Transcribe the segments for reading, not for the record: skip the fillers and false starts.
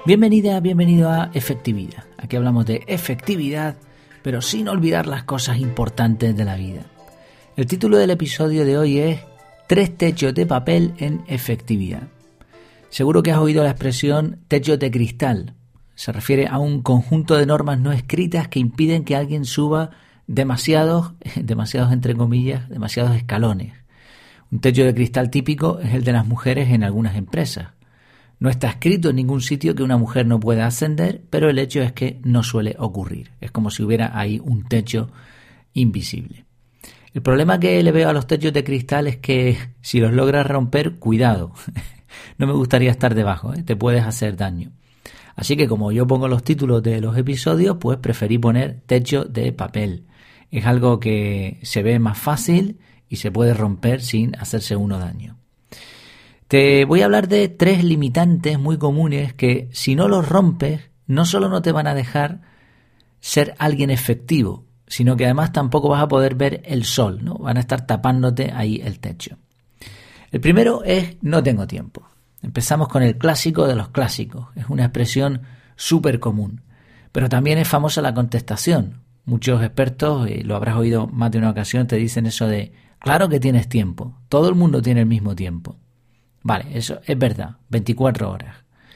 Bienvenida, bienvenido a Efectividad. Aquí hablamos de efectividad, pero sin olvidar las cosas importantes de la vida. El título del episodio de hoy es 3 techos de papel en efectividad. Seguro que has oído la expresión techos de cristal. Se refiere a un conjunto de normas no escritas que impiden que alguien suba demasiados entre comillas, demasiados escalones. Un techo de cristal típico es el de las mujeres en algunas empresas. No está escrito en ningún sitio que una mujer no pueda ascender, pero el hecho es que no suele ocurrir. Es como si hubiera ahí un techo invisible. El problema que le veo a los techos de cristal es que si los logras romper, cuidado. No me gustaría estar debajo, te puedes hacer daño. Así que como yo pongo los títulos de los episodios, pues preferí poner techo de papel. Es algo que se ve más fácil y se puede romper sin hacerse uno daño. Te voy a hablar de 3 limitantes muy comunes que si no los rompes, no solo no te van a dejar ser alguien efectivo, sino que además tampoco vas a poder ver el sol, ¿no? Van a estar tapándote ahí el techo. El primero es no tengo tiempo. Empezamos con el clásico de los clásicos. Es una expresión súper común, pero también es famosa la contestación. Muchos expertos, lo habrás oído más de una ocasión, te dicen eso de claro que tienes tiempo, todo el mundo tiene el mismo tiempo. Vale, eso es verdad, 24 horas.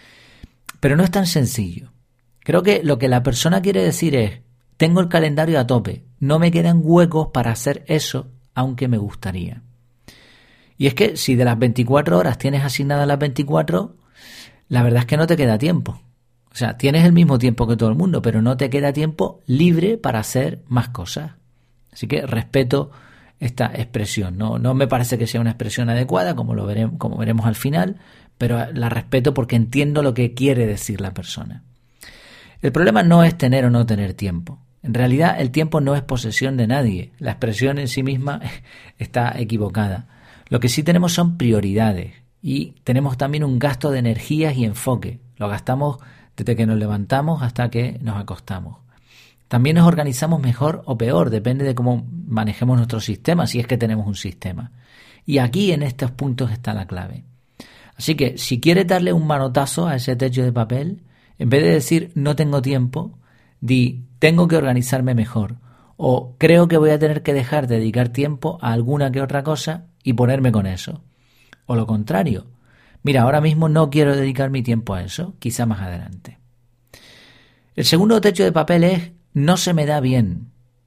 Pero no es tan sencillo. Creo que lo que la persona quiere decir es, tengo el calendario a tope, no me quedan huecos para hacer eso, aunque me gustaría. Y es que si de las 24 horas tienes asignadas las 24, la verdad es que no te queda tiempo. O sea, tienes el mismo tiempo que todo el mundo, pero no te queda tiempo libre para hacer más cosas. Así que respeto esta expresión. No me parece que sea una expresión adecuada, como veremos al final, pero la respeto porque entiendo lo que quiere decir la persona. El problema no es tener o no tener tiempo. En realidad el tiempo no es posesión de nadie. La expresión en sí misma está equivocada. Lo que sí tenemos son prioridades y tenemos también un gasto de energías y enfoque. Lo gastamos desde que nos levantamos hasta que nos acostamos. También nos organizamos mejor o peor, depende de cómo manejemos nuestro sistema, si es que tenemos un sistema. Y aquí en estos puntos está la clave. Así que si quieres darle un manotazo a ese techo de papel, en vez de decir no tengo tiempo, di tengo que organizarme mejor o creo que voy a tener que dejar de dedicar tiempo a alguna que otra cosa y ponerme con eso. O lo contrario, mira, ahora mismo no quiero dedicar mi tiempo a eso, quizá más adelante. El segundo techo de papel es no se me da bien.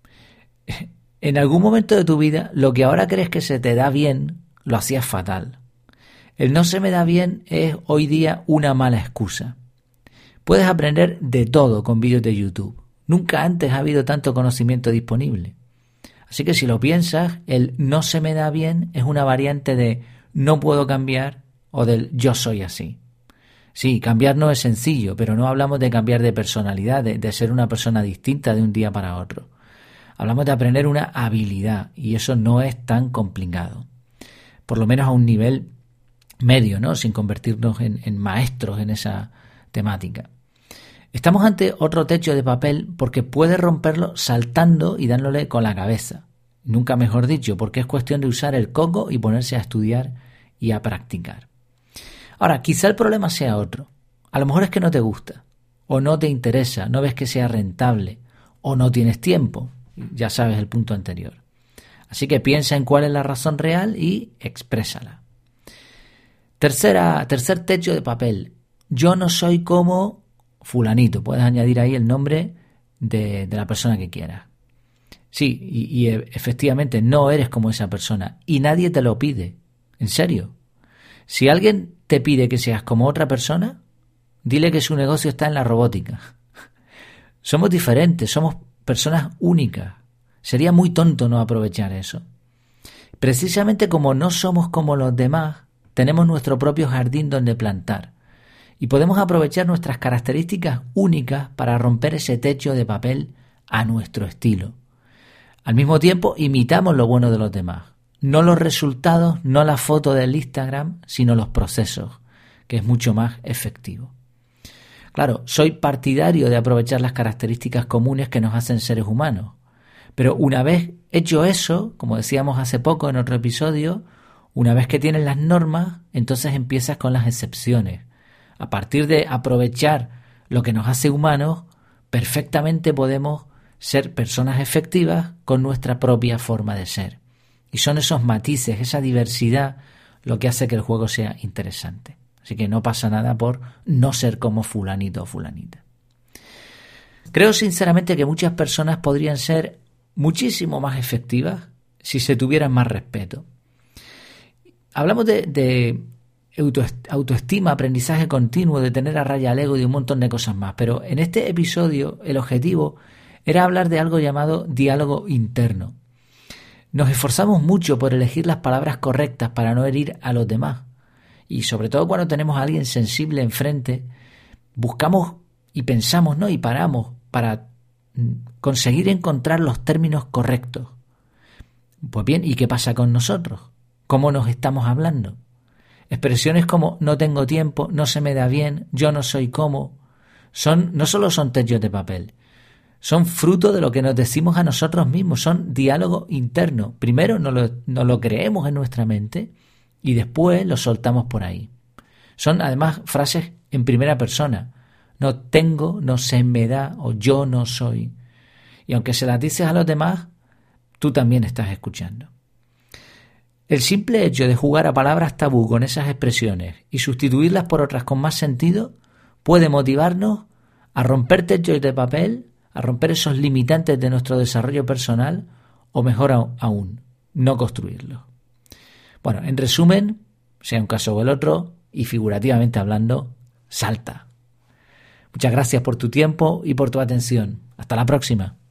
En algún momento de tu vida, lo que ahora crees que se te da bien, lo hacías fatal. El no se me da bien es hoy día una mala excusa. Puedes aprender de todo con vídeos de YouTube. Nunca antes ha habido tanto conocimiento disponible. Así que si lo piensas, el no se me da bien es una variante de no puedo cambiar o del yo soy así. Sí, cambiar no es sencillo, pero no hablamos de cambiar de personalidad, de ser una persona distinta de un día para otro. Hablamos de aprender una habilidad y eso no es tan complicado. Por lo menos a un nivel medio, ¿no? Sin convertirnos en maestros en esa temática. Estamos ante otro techo de papel porque puedes romperlo saltando y dándole con la cabeza. Nunca mejor dicho, porque es cuestión de usar el coco y ponerse a estudiar y a practicar. Ahora, quizá el problema sea otro. A lo mejor es que no te gusta, o no te interesa, no ves que sea rentable, o no tienes tiempo. Ya sabes el punto anterior. Así que piensa en cuál es la razón real y exprésala. Tercer techo de papel. Yo no soy como fulanito. Puedes añadir ahí el nombre de la persona que quieras. Sí, y efectivamente no eres como esa persona y nadie te lo pide. En serio. Si alguien te pide que seas como otra persona, dile que su negocio está en la robótica. Somos diferentes, somos personas únicas. Sería muy tonto no aprovechar eso. Precisamente como no somos como los demás, tenemos nuestro propio jardín donde plantar. Y podemos aprovechar nuestras características únicas para romper ese techo de papel a nuestro estilo. Al mismo tiempo, imitamos lo bueno de los demás. No los resultados, no la foto del Instagram, sino los procesos, que es mucho más efectivo. Claro, soy partidario de aprovechar las características comunes que nos hacen seres humanos. Pero una vez hecho eso, como decíamos hace poco en otro episodio, una vez que tienes las normas, entonces empiezas con las excepciones. A partir de aprovechar lo que nos hace humanos, perfectamente podemos ser personas efectivas con nuestra propia forma de ser. Y son esos matices, esa diversidad, lo que hace que el juego sea interesante. Así que no pasa nada por no ser como fulanito o fulanita. Creo sinceramente que muchas personas podrían ser muchísimo más efectivas si se tuvieran más respeto. Hablamos de autoestima, aprendizaje continuo, de tener a raya al ego y de un montón de cosas más. Pero en este episodio el objetivo era hablar de algo llamado diálogo interno. Nos esforzamos mucho por elegir las palabras correctas para no herir a los demás. Y sobre todo cuando tenemos a alguien sensible enfrente, buscamos y pensamos, ¿no? Y paramos para conseguir encontrar los términos correctos. Pues bien, ¿y qué pasa con nosotros? ¿Cómo nos estamos hablando? Expresiones como no tengo tiempo, no se me da bien, yo no soy como, no solo son techos de papel, son fruto de lo que nos decimos a nosotros mismos, son diálogo interno. Primero nos lo creemos en nuestra mente y después lo soltamos por ahí. Son además frases en primera persona. No tengo, no se me da o yo no soy. Y aunque se las dices a los demás, tú también estás escuchando. El simple hecho de jugar a palabras tabú con esas expresiones y sustituirlas por otras con más sentido puede motivarnos a romper techos de papel, a romper esos limitantes de nuestro desarrollo personal o mejor aún, no construirlos. Bueno, en resumen, sea un caso o el otro, y figurativamente hablando, salta. Muchas gracias por tu tiempo y por tu atención. Hasta la próxima.